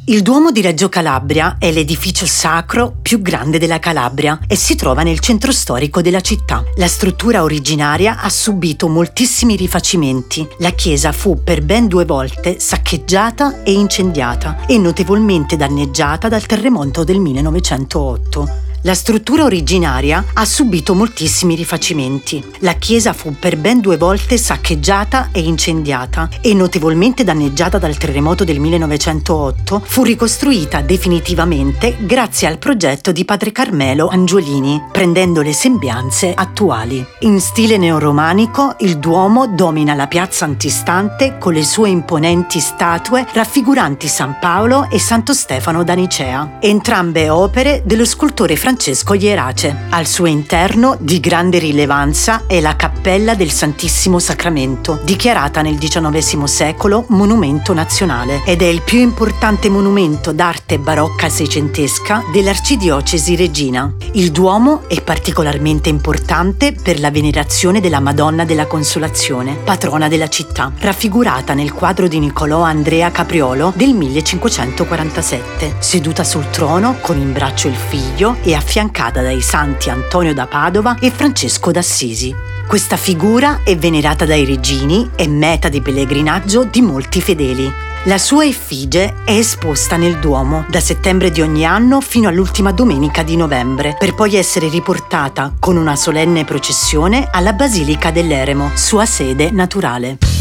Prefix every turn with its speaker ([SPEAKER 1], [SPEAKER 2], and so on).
[SPEAKER 1] Il Duomo di Reggio Calabria è l'edificio sacro più grande della Calabria e si trova nel centro storico della città. La struttura originaria ha subito moltissimi rifacimenti. La chiesa fu per ben 2 volte saccheggiata e incendiata e notevolmente danneggiata dal terremoto del 1908. La struttura originaria ha subito moltissimi rifacimenti. La chiesa fu per ben 2 volte saccheggiata e incendiata e notevolmente danneggiata dal terremoto del 1908. Fu ricostruita definitivamente grazie al progetto di padre Carmelo Angiolini, prendendo le sembianze attuali. In stile neoromanico, il Duomo domina la piazza antistante con le sue imponenti statue raffiguranti San Paolo e Santo Stefano da Nicea, entrambe opere dello scultore Francesco Jerace. Al suo interno, di grande rilevanza, è la Cappella del Santissimo Sacramento, dichiarata nel XIX secolo monumento nazionale, ed è il più importante monumento d'arte barocca seicentesca dell'Arcidiocesi Reggina. Il Duomo è particolarmente importante per la venerazione della Madonna della Consolazione, patrona della città, raffigurata nel quadro di Niccolò Andrea Capriolo del 1547, seduta sul trono con in braccio il figlio e affiancata dai santi Antonio da Padova e Francesco d'Assisi. Questa figura è venerata dai reggini e meta di pellegrinaggio di molti fedeli. La sua effigie è esposta nel Duomo da settembre di ogni anno fino all'ultima domenica di novembre, per poi essere riportata con una solenne processione alla Basilica dell'Eremo, sua sede naturale.